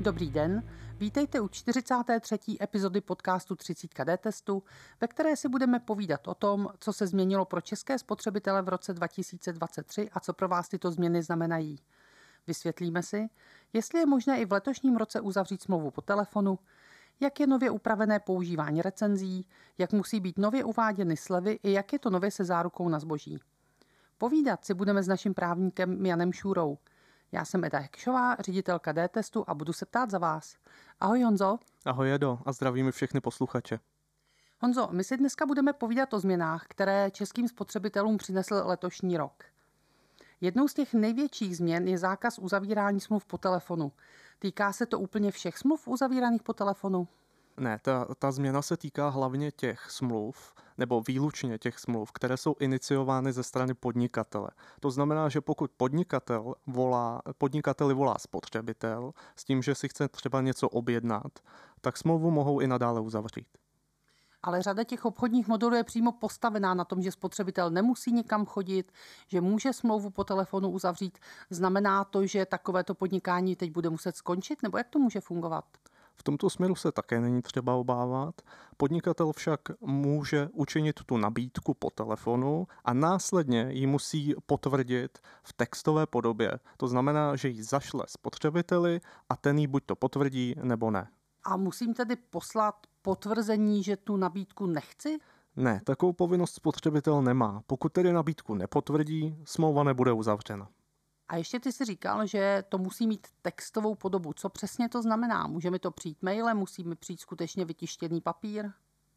Dobrý den, vítejte u 43. epizody podcastu 30 D-testu, ve které si budeme povídat o tom, co se změnilo pro české spotřebitele v roce 2023 a co pro vás tyto změny znamenají. Vysvětlíme si, jestli je možné i v letošním roce uzavřít smlouvu po telefonu, jak je nově upravené používání recenzí, jak musí být nově uváděny slevy i jak je to nově se zárukou na zboží. Povídat si budeme s naším právníkem Janem Šůrou. Já jsem Eda Hekšová, ředitelka D-testu a budu se ptát za vás. Ahoj Honzo. Ahoj Edo a zdravíme všechny posluchače. Honzo, my si dneska budeme povídat o změnách, které českým spotřebitelům přinesl letošní rok. Jednou z těch největších změn je zákaz uzavírání smluv po telefonu. Týká se to úplně všech smluv uzavíraných po telefonu? Ne, ta změna se týká hlavně těch smluv, nebo výlučně těch smluv, které jsou iniciovány ze strany podnikatele. To znamená, že pokud podnikateli volá spotřebitel s tím, že si chce třeba něco objednat, tak smlouvu mohou i nadále uzavřít. Ale řada těch obchodních modelů je přímo postavená na tom, že spotřebitel nemusí nikam chodit, že může smlouvu po telefonu uzavřít. Znamená to, že takovéto podnikání teď bude muset skončit, nebo jak to může fungovat? V tomto směru se také není třeba obávat. Podnikatel však může učinit tu nabídku po telefonu a následně ji musí potvrdit v textové podobě. To znamená, že ji zašle spotřebiteli a ten ji buď to potvrdí, nebo ne. A musím tedy poslat potvrzení, že tu nabídku nechci? Ne, takovou povinnost spotřebitel nemá. Pokud tedy nabídku nepotvrdí, smlouva nebude uzavřena. A ještě ty si říkal, že to musí mít textovou podobu. Co přesně to znamená? Může mi to přijít mailem? Musí mi přijít skutečně vytištěný papír?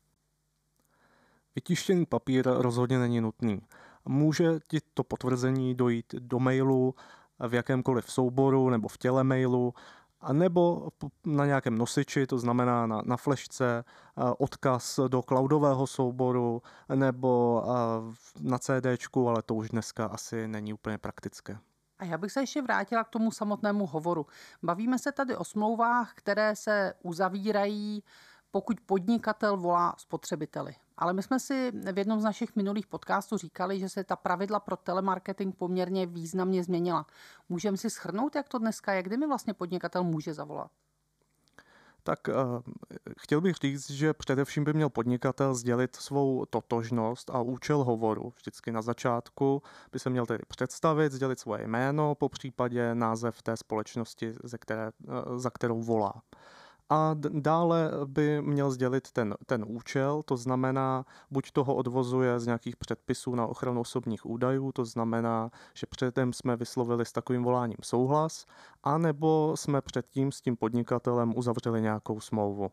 Vytištěný papír rozhodně není nutný. Může ti to potvrzení dojít do mailu v jakémkoliv souboru nebo v těle mailu, a nebo na nějakém nosiči, to znamená na flešce, odkaz do cloudového souboru nebo na CDčku, ale to už dneska asi není úplně praktické. A já bych se ještě vrátila k tomu samotnému hovoru. Bavíme se tady o smlouvách, které se uzavírají, pokud podnikatel volá spotřebiteli. Ale my jsme si v jednom z našich minulých podcastů říkali, že se ta pravidla pro telemarketing poměrně významně změnila. Můžeme si shrnout, jak to dneska je, kdy mi vlastně podnikatel může zavolat? Tak chtěl bych říct, že především by měl podnikatel sdělit svou totožnost a účel hovoru. Vždycky na začátku by se měl tedy představit, sdělit svoje jméno, popřípadě název té společnosti, za kterou volá. A dále by měl sdělit ten účel, to znamená, buď toho odvozuje z nějakých předpisů na ochranu osobních údajů, to znamená, že předtím jsme vyslovili s takovým voláním souhlas, anebo jsme předtím s tím podnikatelem uzavřeli nějakou smlouvu.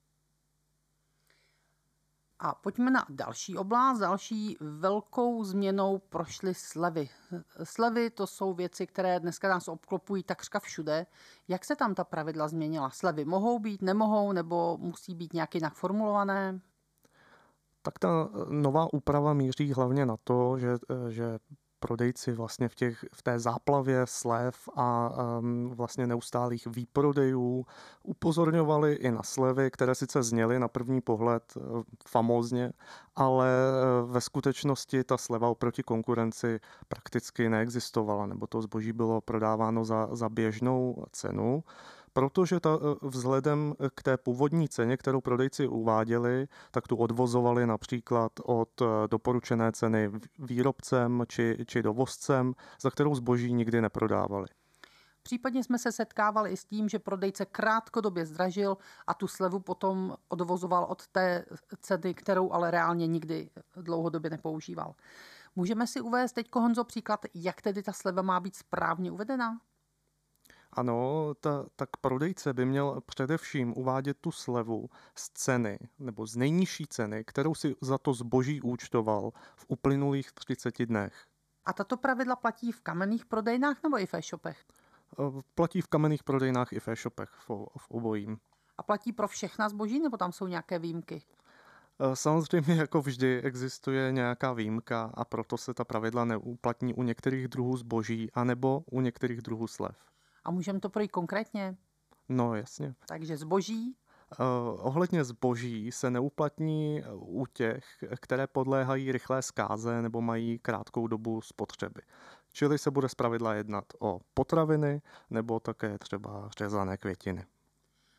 A pojďme na další oblast. Další velkou změnou prošly slevy. Slevy to jsou věci, které dneska nás obklopují takřka všude. Jak se tam ta pravidla změnila? Slevy mohou být, nemohou, nebo musí být nějak jinak formulované? Tak ta nová úprava míří hlavně na to, že prodejci vlastně v té záplavě slev a vlastně neustálých výprodejů upozorňovali i na slevy, které sice zněly na první pohled famózně, ale ve skutečnosti ta sleva oproti konkurenci prakticky neexistovala, nebo to zboží bylo prodáváno za běžnou cenu. Protože vzhledem k té původní ceně, kterou prodejci uváděli, tak tu odvozovali například od doporučené ceny výrobcem či dovozcem, za kterou zboží nikdy neprodávali. Případně jsme se setkávali i s tím, že prodejce krátkodobě zdražil a tu slevu potom odvozoval od té ceny, kterou ale reálně nikdy dlouhodobě nepoužíval. Můžeme si uvést teď, Honzo, příklad, jak tedy ta sleva má být správně uvedena? Ano, tak prodejce by měl především uvádět tu slevu z ceny nebo z nejnižší ceny, kterou si za to zboží účtoval v uplynulých 30 dnech. A tato pravidla platí v kamenných prodejnách nebo i v e-shopech? Platí v kamenných prodejnách i v e-shopech, v obojím. A platí pro všechna zboží nebo tam jsou nějaké výjimky? Samozřejmě jako vždy existuje nějaká výjimka a proto se ta pravidla neuplatní u některých druhů zboží anebo u některých druhů slev. A můžeme to projít konkrétně? No jasně. Takže zboží? Ohledně zboží se neuplatní u těch, které podléhají rychlé zkáze nebo mají krátkou dobu spotřeby. Čili se bude zpravidla jednat o potraviny nebo také třeba řezané květiny.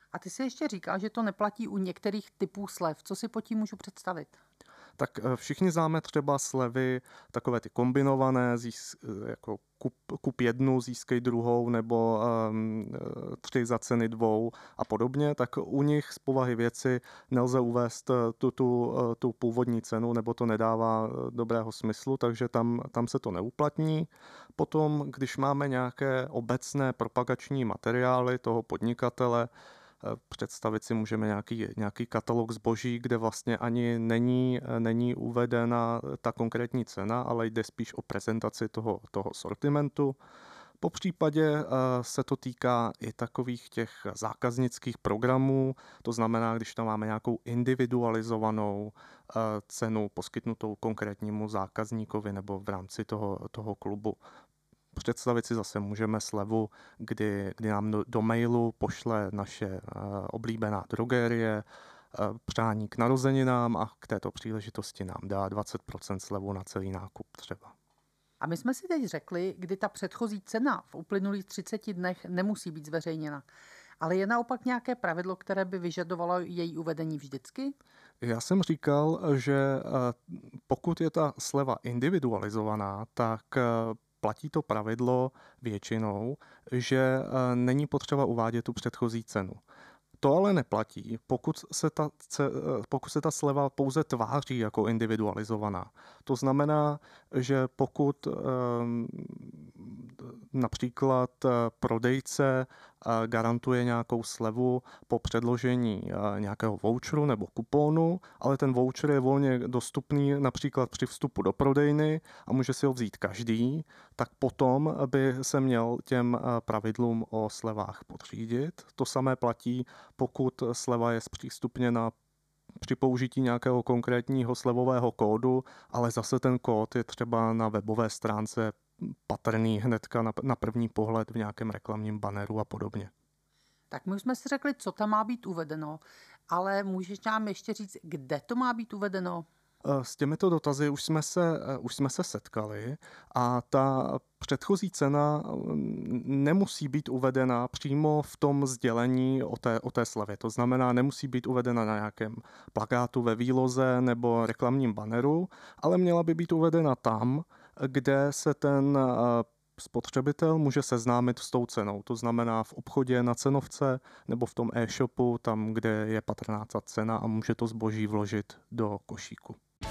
A ty si ještě říkal, že to neplatí u některých typů slev. Co si pod tím můžu představit? Tak všichni známe třeba slevy, takové ty kombinované, jako kup jednu, získej druhou, nebo 3 za ceny 2 a podobně, tak u nich z povahy věci nelze uvést tu původní cenu, nebo to nedává dobrého smyslu, takže tam se to neuplatní. Potom, když máme nějaké obecné propagační materiály toho podnikatele, představit si můžeme nějaký katalog zboží, kde vlastně ani není uvedena ta konkrétní cena, ale jde spíš o prezentaci toho sortimentu. Po případě se to týká i takových těch zákaznických programů, to znamená, když tam máme nějakou individualizovanou cenu poskytnutou konkrétnímu zákazníkovi nebo v rámci toho klubu. Představit si zase můžeme slevu, kdy nám do mailu pošle naše oblíbená drogerie přání k narozeninám a k této příležitosti nám dá 20% slevu na celý nákup třeba. A my jsme si teď řekli, kdy ta předchozí cena v uplynulých 30 dnech nemusí být zveřejněna. Ale je naopak nějaké pravidlo, které by vyžadovalo její uvedení vždycky? Já jsem říkal, že pokud je ta sleva individualizovaná, tak platí to pravidlo většinou, že není potřeba uvádět tu předchozí cenu. To ale neplatí, pokud se ta sleva pouze tváří jako individualizovaná. To znamená, že pokud například prodejce garantuje nějakou slevu po předložení nějakého voucheru nebo kupónu, ale ten voucher je volně dostupný například při vstupu do prodejny a může si ho vzít každý, tak potom by se měl těm pravidlům o slevách podřídit. To samé platí, pokud sleva je zpřístupněna při použití nějakého konkrétního slevového kódu, ale zase ten kód je třeba na webové stránce patrný hnedka na první pohled v nějakém reklamním banneru a podobně. Tak my už jsme si řekli, co tam má být uvedeno, ale můžeš nám ještě říct, kde to má být uvedeno? S těmito dotazy už jsme se setkali a ta předchozí cena nemusí být uvedena přímo v tom sdělení o té slevě. To znamená, nemusí být uvedena na nějakém plakátu ve výloze nebo reklamním banneru, ale měla by být uvedena tam, kde se ten spotřebitel může seznámit s tou cenou. To znamená v obchodě na cenovce nebo v tom e-shopu, tam, kde je patrná ta cena a může to zboží vložit do košíku.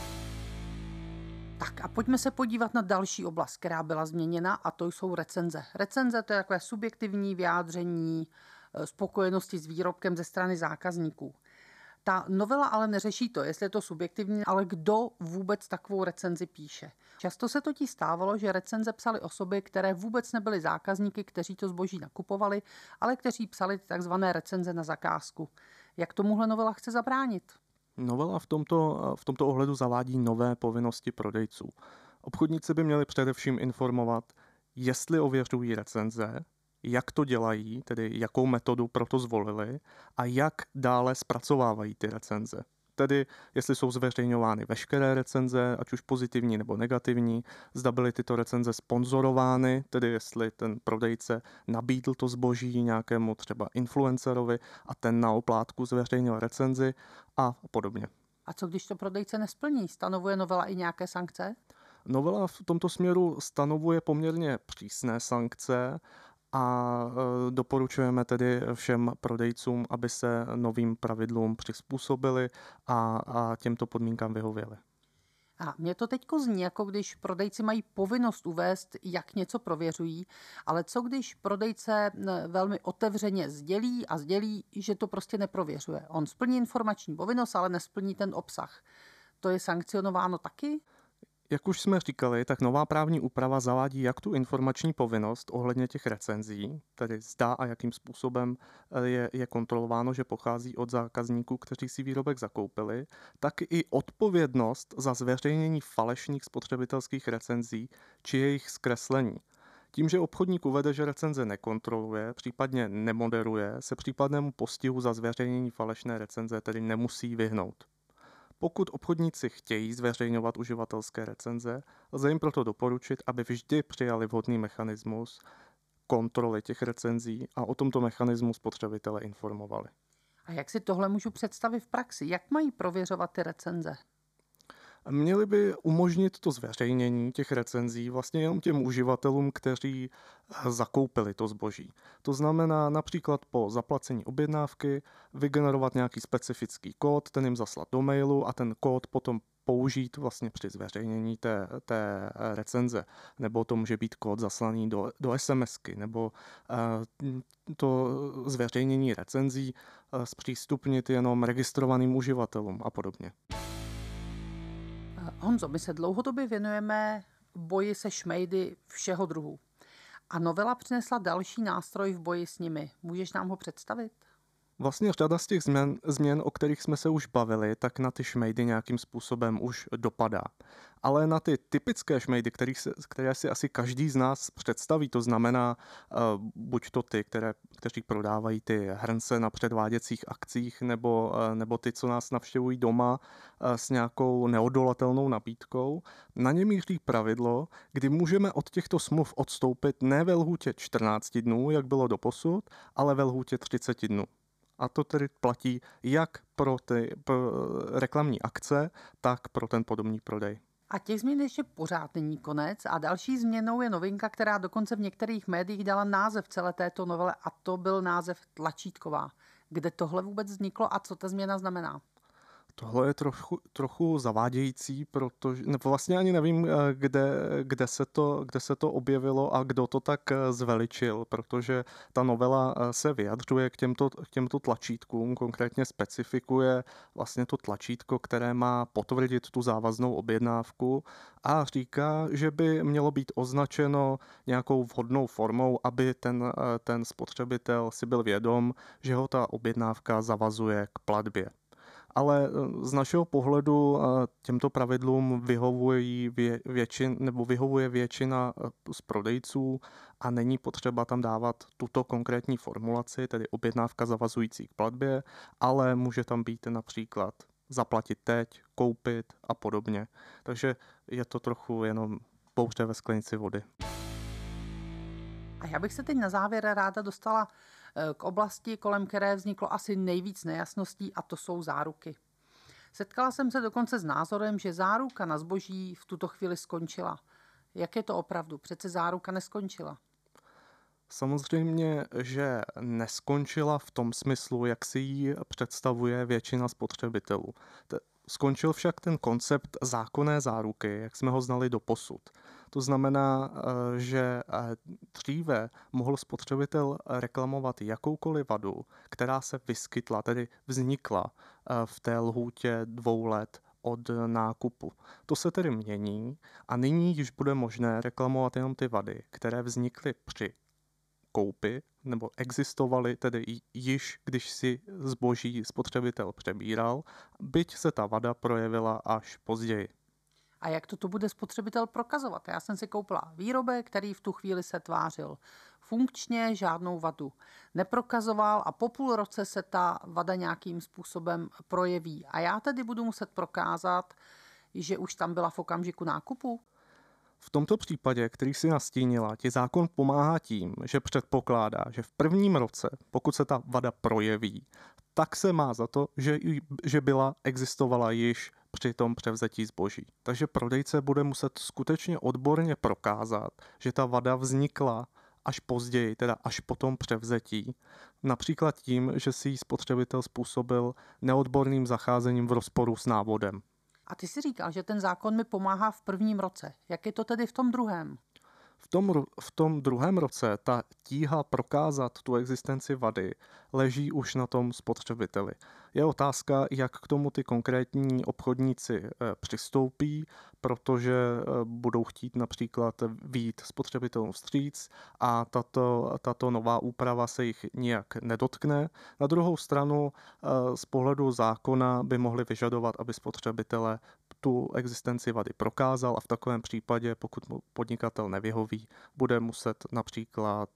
Tak a pojďme se podívat na další oblast, která byla změněna, a to jsou recenze. Recenze, to je takové subjektivní vyjádření spokojenosti s výrobkem ze strany zákazníků. Ta novela ale neřeší to, jestli je to subjektivní, ale kdo vůbec takovou recenzi píše. Často se totiž stávalo, že recenze psaly osoby, které vůbec nebyly zákazníky, kteří to zboží nakupovali, ale kteří psali takzvané recenze na zakázku. Jak tomuhle novela chce zabránit? Novela v tomto ohledu zavádí nové povinnosti prodejců. Obchodníci by měli především informovat, jestli ověřují recenze, jak to dělají, tedy jakou metodu pro to zvolili a jak dále zpracovávají ty recenze. Tedy jestli jsou zveřejňovány veškeré recenze, ať už pozitivní nebo negativní, zda byly tyto recenze sponzorovány, tedy jestli ten prodejce nabídl to zboží nějakému třeba influencerovi a ten na oplátku zveřejnil recenzi a podobně. A co když to prodejce nesplní? Stanovuje novela i nějaké sankce? Novela v tomto směru stanovuje poměrně přísné sankce a doporučujeme tedy všem prodejcům, aby se novým pravidlům přizpůsobili a těmto podmínkám vyhověli. A mně to teďko zní, jako když prodejci mají povinnost uvést, jak něco prověřují, ale co když prodejce velmi otevřeně sdělí, že to prostě neprověřuje. On splní informační povinnost, ale nesplní ten obsah. To je sankcionováno taky? Jak už jsme říkali, tak nová právní úprava zavádí jak tu informační povinnost ohledně těch recenzí, tedy zda a jakým způsobem je kontrolováno, že pochází od zákazníků, kteří si výrobek zakoupili, tak i odpovědnost za zveřejnění falešných spotřebitelských recenzí či jejich zkreslení. Tím, že obchodník uvede, že recenze nekontroluje, případně nemoderuje, se případnému postihu za zveřejnění falešné recenze tedy nemusí vyhnout. Pokud obchodníci chtějí zveřejňovat uživatelské recenze, lze jim proto doporučit, aby vždy přijali vhodný mechanismus kontroly těch recenzí a o tomto mechanismu spotřebitele informovali. A jak si tohle můžu představit v praxi? Jak mají prověřovat ty recenze? Měli by umožnit to zveřejnění těch recenzí vlastně jenom těm uživatelům, kteří zakoupili to zboží. To znamená například po zaplacení objednávky vygenerovat nějaký specifický kód, ten jim zaslat do mailu a ten kód potom použít vlastně při zveřejnění té recenze. Nebo to může být kód zaslaný do SMSky, nebo to zveřejnění recenzí zpřístupnit jenom registrovaným uživatelům a podobně. Honzo, my se dlouhodobě věnujeme boji se šmejdy všeho druhu. A novela přinesla další nástroj v boji s nimi. Můžeš nám ho představit? Vlastně řada z těch změn, o kterých jsme se už bavili, tak na ty šmejdy nějakým způsobem už dopadá. Ale na ty typické šmejdy, které si asi každý z nás představí, to znamená buď to ty, kteří prodávají ty hrnce na předváděcích akcích, nebo ty, co nás navštěvují doma s nějakou neodolatelnou nabídkou, na ně míří pravidlo, kdy můžeme od těchto smluv odstoupit ne ve lhůtě 14 dnů, jak bylo doposud, ale ve lhůtě 30 dnů. A to tedy platí jak pro reklamní akce, tak pro ten podomní prodej. A těch změn ještě pořád není konec a další změnou je novinka, která dokonce v některých médiích dala název celé této novele a to byl název tlačítková. Kde tohle vůbec vzniklo a co ta změna znamená? Tohle je trochu zavádějící, protože vlastně ani nevím, kde se to objevilo a kdo to tak zveličil, protože ta novela se vyjadřuje k těmto tlačítkům, konkrétně specifikuje vlastně to tlačítko, které má potvrdit tu závaznou objednávku a říká, že by mělo být označeno nějakou vhodnou formou, aby ten spotřebitel si byl vědom, že ho ta objednávka zavazuje k platbě. Ale z našeho pohledu těmto pravidlům vyhovuje většina z prodejců a není potřeba tam dávat tuto konkrétní formulaci, tedy objednávka zavazující k platbě, ale může tam být například zaplatit teď, koupit a podobně. Takže je to trochu jenom bouře ve sklenici vody. A já bych se teď na závěr ráda dostala k oblasti, kolem které vzniklo asi nejvíc nejasností, a to jsou záruky. Setkala jsem se dokonce s názorem, že záruka na zboží v tuto chvíli skončila. Jak je to opravdu? Přece záruka neskončila. Samozřejmě, že neskončila v tom smyslu, jak si ji představuje většina spotřebitelů. Skončil však ten koncept zákonné záruky, jak jsme ho znali doposud. To znamená, že dříve mohl spotřebitel reklamovat jakoukoliv vadu, která se vyskytla, tedy vznikla v té lhůtě 2 let od nákupu. To se tedy mění a nyní již bude možné reklamovat jenom ty vady, které vznikly při koupi nebo existovaly tedy již, když si zboží spotřebitel přebíral, byť se ta vada projevila až později. A jak to bude spotřebitel prokazovat? Já jsem si koupila výrobek, který v tu chvíli se tvářil funkčně, žádnou vadu neprokazoval a po půl roce se ta vada nějakým způsobem projeví. A já tedy budu muset prokázat, že už tam byla v okamžiku nákupu? V tomto případě, který si nastínila, ti zákon pomáhá tím, že předpokládá, že v prvním roce, pokud se ta vada projeví, tak se má za to, že existovala již při tom převzetí zboží. Takže prodejce bude muset skutečně odborně prokázat, že ta vada vznikla až později, teda až po tom převzetí. Například tím, že si ji spotřebitel způsobil neodborným zacházením v rozporu s návodem. A ty si říkal, že ten zákon mi pomáhá v prvním roce. Jak je to tedy v tom druhém? V tom druhém roce ta tíha prokázat tu existenci vady leží už na tom spotřebiteli. Je otázka, jak k tomu ty konkrétní obchodníci přistoupí, protože budou chtít například vyjít spotřebitelům vstříc a tato nová úprava se jich nijak nedotkne. Na druhou stranu z pohledu zákona by mohli vyžadovat, aby spotřebitele tu existenci vady prokázal a v takovém případě, pokud mu podnikatel nevyhoví, bude muset například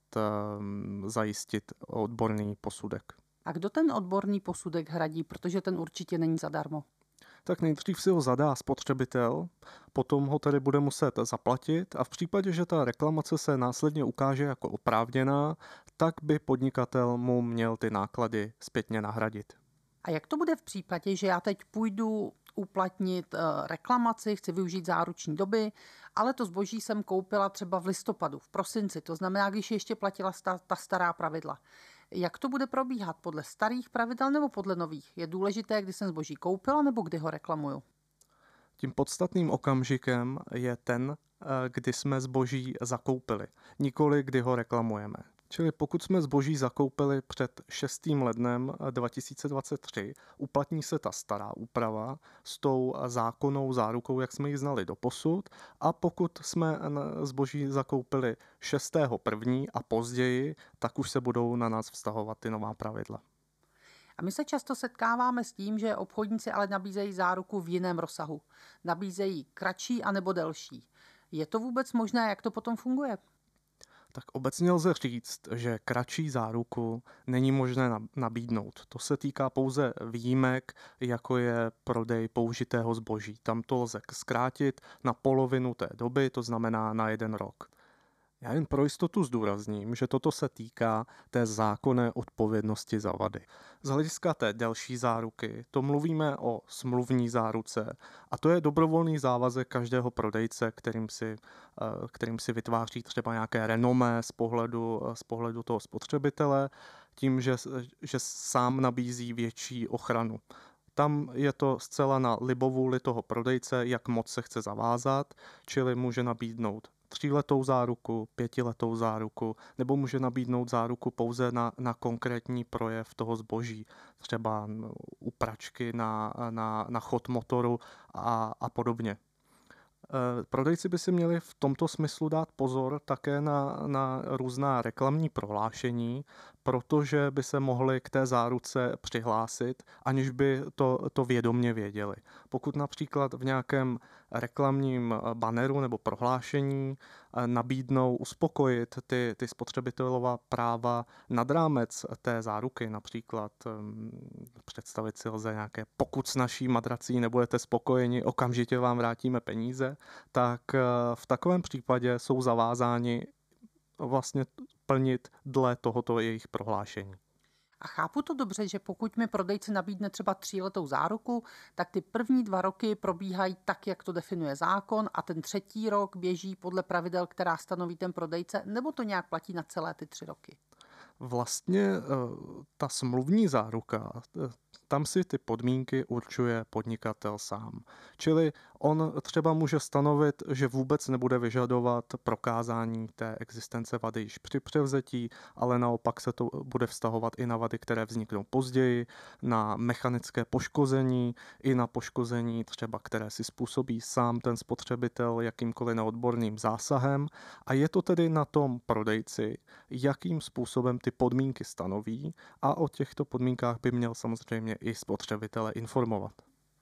zajistit odborný posudek. A kdo ten odborný posudek hradí, protože ten určitě není zadarmo? Tak nejdřív si ho zadá spotřebitel, potom ho tedy bude muset zaplatit a v případě, že ta reklamace se následně ukáže jako oprávněná, tak by podnikatel mu měl ty náklady zpětně nahradit. A jak to bude v případě, že já teď půjdu uplatnit reklamaci, chci využít záruční doby, ale to zboží jsem koupila třeba v listopadu, v prosinci, to znamená, když ještě platila ta stará pravidla. Jak to bude probíhat? Podle starých pravidel nebo podle nových? Je důležité, kdy jsem zboží koupila nebo kdy ho reklamuju? Tím podstatným okamžikem je ten, kdy jsme zboží zakoupili, nikoli kdy ho reklamujeme. Čili pokud jsme zboží zakoupili před 6. lednem 2023, uplatní se ta stará úprava s tou zákonnou zárukou, jak jsme ji znali doposud, a pokud jsme zboží zakoupili 6.1. a později, tak už se budou na nás vztahovat ty nová pravidla. A my se často setkáváme s tím, že obchodníci ale nabízejí záruku v jiném rozsahu. Nabízejí kratší anebo delší. Je to vůbec možné, jak to potom funguje? Tak obecně lze říct, že kratší záruku není možné nabídnout. To se týká pouze výjimek, jako je prodej použitého zboží. Tam to lze zkrátit na polovinu té doby, to znamená na 1 rok. Já jen pro jistotu zdůrazním, že toto se týká té zákonné odpovědnosti za vady. Z hlediska té delší záruky to mluvíme o smluvní záruce a to je dobrovolný závazek každého prodejce, kterým si vytváří třeba nějaké renomé z pohledu toho spotřebitele, tím, že sám nabízí větší ochranu. Tam je to zcela na libovůli toho prodejce, jak moc se chce zavázat, čili může nabídnout 3letou záruku, 5letou záruku, nebo může nabídnout záruku pouze na konkrétní projev toho zboží, třeba u pračky na chod motoru a podobně. Prodejci by si měli v tomto smyslu dát pozor také na různá reklamní prohlášení, protože by se mohli k té záruce přihlásit, aniž by to vědomě věděli. Pokud například v nějakém reklamním banneru nebo prohlášení nabídnou uspokojit ty spotřebitelová práva nad rámec té záruky, například představit si lze nějaké pokud s naší madrací nebudete spokojeni, okamžitě vám vrátíme peníze, tak v takovém případě jsou zavázáni vlastně plnit dle tohoto jejich prohlášení. A chápu to dobře, že pokud mi prodejce nabídne třeba 3letou záruku, tak ty první 2 roky probíhají tak, jak to definuje zákon a ten 3. rok běží podle pravidel, která stanoví ten prodejce, nebo to nějak platí na celé ty 3 roky? Vlastně ta smluvní záruka, tam si ty podmínky určuje podnikatel sám. Čili on třeba může stanovit, že vůbec nebude vyžadovat prokázání té existence vady již při převzetí, ale naopak se to bude vztahovat i na vady, které vzniknou později, na mechanické poškození, i na poškození třeba, které si způsobí sám ten spotřebitel jakýmkoliv neodborným zásahem. A je to tedy na tom prodejci, jakým způsobem ty podmínky stanoví, a o těchto podmínkách by měl samozřejmě i spotřebitele informovat.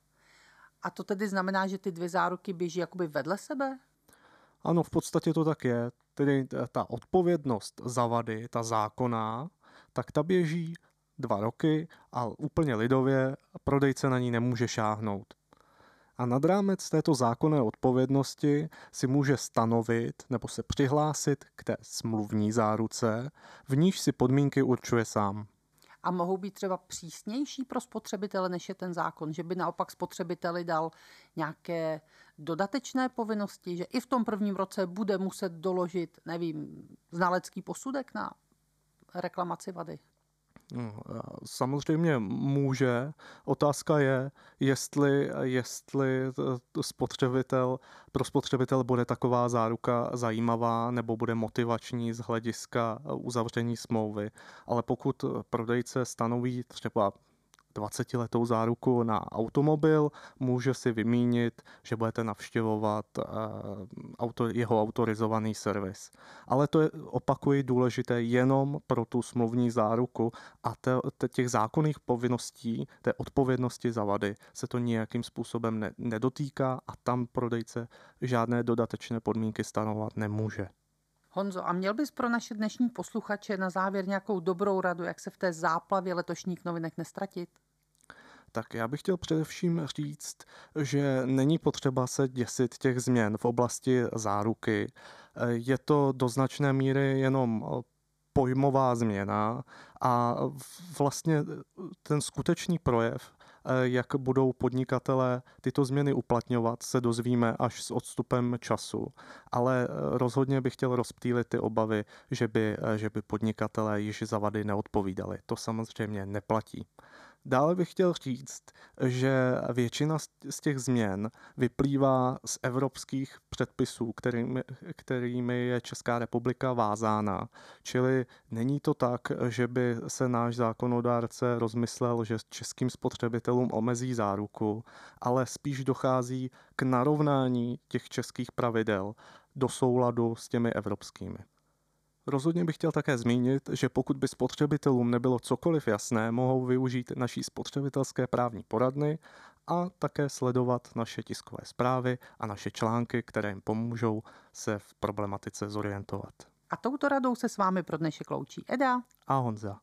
A to tedy znamená, že ty 2 záruky běží jakoby vedle sebe? Ano, v podstatě to tak je. Tedy ta odpovědnost za vady, ta zákonná, tak ta běží 2 roky a úplně lidově prodejce na ní nemůže šáhnout. A nad rámec této zákonné odpovědnosti si může stanovit nebo se přihlásit k té smluvní záruce, v níž si podmínky určuje sám. A mohou být třeba přísnější pro spotřebitele, než je ten zákon, že by naopak spotřebiteli dal nějaké dodatečné povinnosti, že i v tom prvním roce bude muset doložit, nevím, znalecký posudek na reklamaci vady? Samozřejmě může. Otázka je, jestli pro spotřebitel bude taková záruka zajímavá nebo bude motivační z hlediska uzavření smlouvy. Ale pokud prodejce stanoví třeba 20letou záruku na automobil, může si vymínit, že budete navštěvovat jeho autorizovaný servis. Ale to je, opakuji, důležité jenom pro tu smluvní záruku a těch zákonných povinností, té odpovědnosti za vady se to nějakým způsobem nedotýká a tam prodejce žádné dodatečné podmínky stanovat nemůže. Honzo, a měl bys pro naše dnešní posluchače na závěr nějakou dobrou radu, jak se v té záplavě letošních novinek nestratit? Tak já bych chtěl především říct, že není potřeba se děsit těch změn v oblasti záruky. Je to do značné míry jenom pojmová změna a vlastně ten skutečný projev, jak budou podnikatelé tyto změny uplatňovat, se dozvíme až s odstupem času. Ale rozhodně bych chtěl rozptýlit ty obavy, že by podnikatelé již za vady neodpovídali. To samozřejmě neplatí. Dále bych chtěl říct, že většina z těch změn vyplývá z evropských předpisů, kterými je Česká republika vázána. Čili není to tak, že by se náš zákonodárce rozmyslel, že českým spotřebitelům omezí záruku, ale spíš dochází k narovnání těch českých pravidel do souladu s těmi evropskými. Rozhodně bych chtěl také zmínit, že pokud by spotřebitelům nebylo cokoliv jasné, mohou využít naší spotřebitelské právní poradny a také sledovat naše tiskové zprávy a naše články, které jim pomůžou se v problematice zorientovat. A touto radou se s vámi pro dnešek loučí Eda a Honza.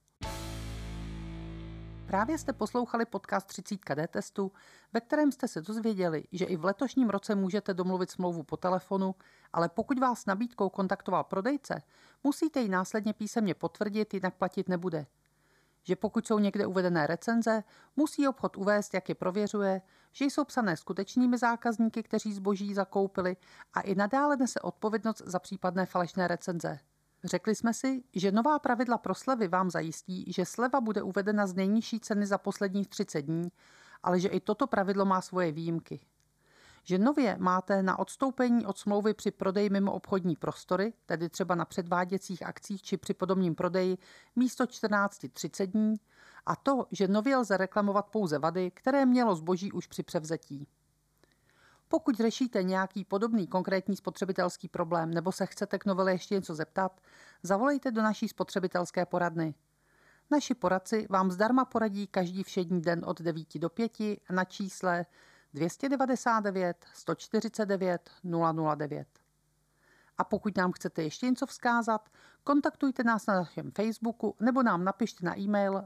Právě jste poslouchali podcast 30 D-testu, ve kterém jste se dozvěděli, že i v letošním roce můžete domluvit smlouvu po telefonu, ale pokud vás s nabídkou kontaktoval prodejce, musíte ji následně písemně potvrdit, jinak platit nebude. Že pokud jsou někde uvedené recenze, musí obchod uvést, jak je prověřuje, že jsou psané skutečnými zákazníky, kteří zboží zakoupili a i nadále nese odpovědnost za případné falešné recenze. Řekli jsme si, že nová pravidla pro slevy vám zajistí, že sleva bude uvedena z nejnižší ceny za posledních 30 dní, ale že i toto pravidlo má svoje výjimky. Že nově máte na odstoupení od smlouvy při prodeji mimo obchodní prostory, tedy třeba na předváděcích akcích či při podobním prodeji, místo 14-30 dní, a to, že nově lze reklamovat pouze vady, které mělo zboží už při převzetí. Pokud řešíte nějaký podobný konkrétní spotřebitelský problém nebo se chcete k novele ještě něco zeptat, zavolejte do naší spotřebitelské poradny. Naši poradci vám zdarma poradí každý všední den od 9 do 5 na čísle 299 149 009. A pokud nám chcete ještě něco vzkázat, kontaktujte nás na našem Facebooku nebo nám napište na e-mail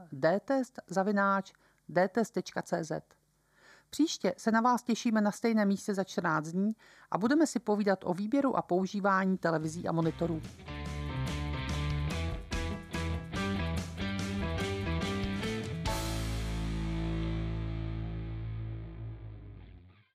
dtest@dtest.cz. Příště se na vás těšíme na stejném místě za 14 dní a budeme si povídat o výběru a používání televizí a monitorů.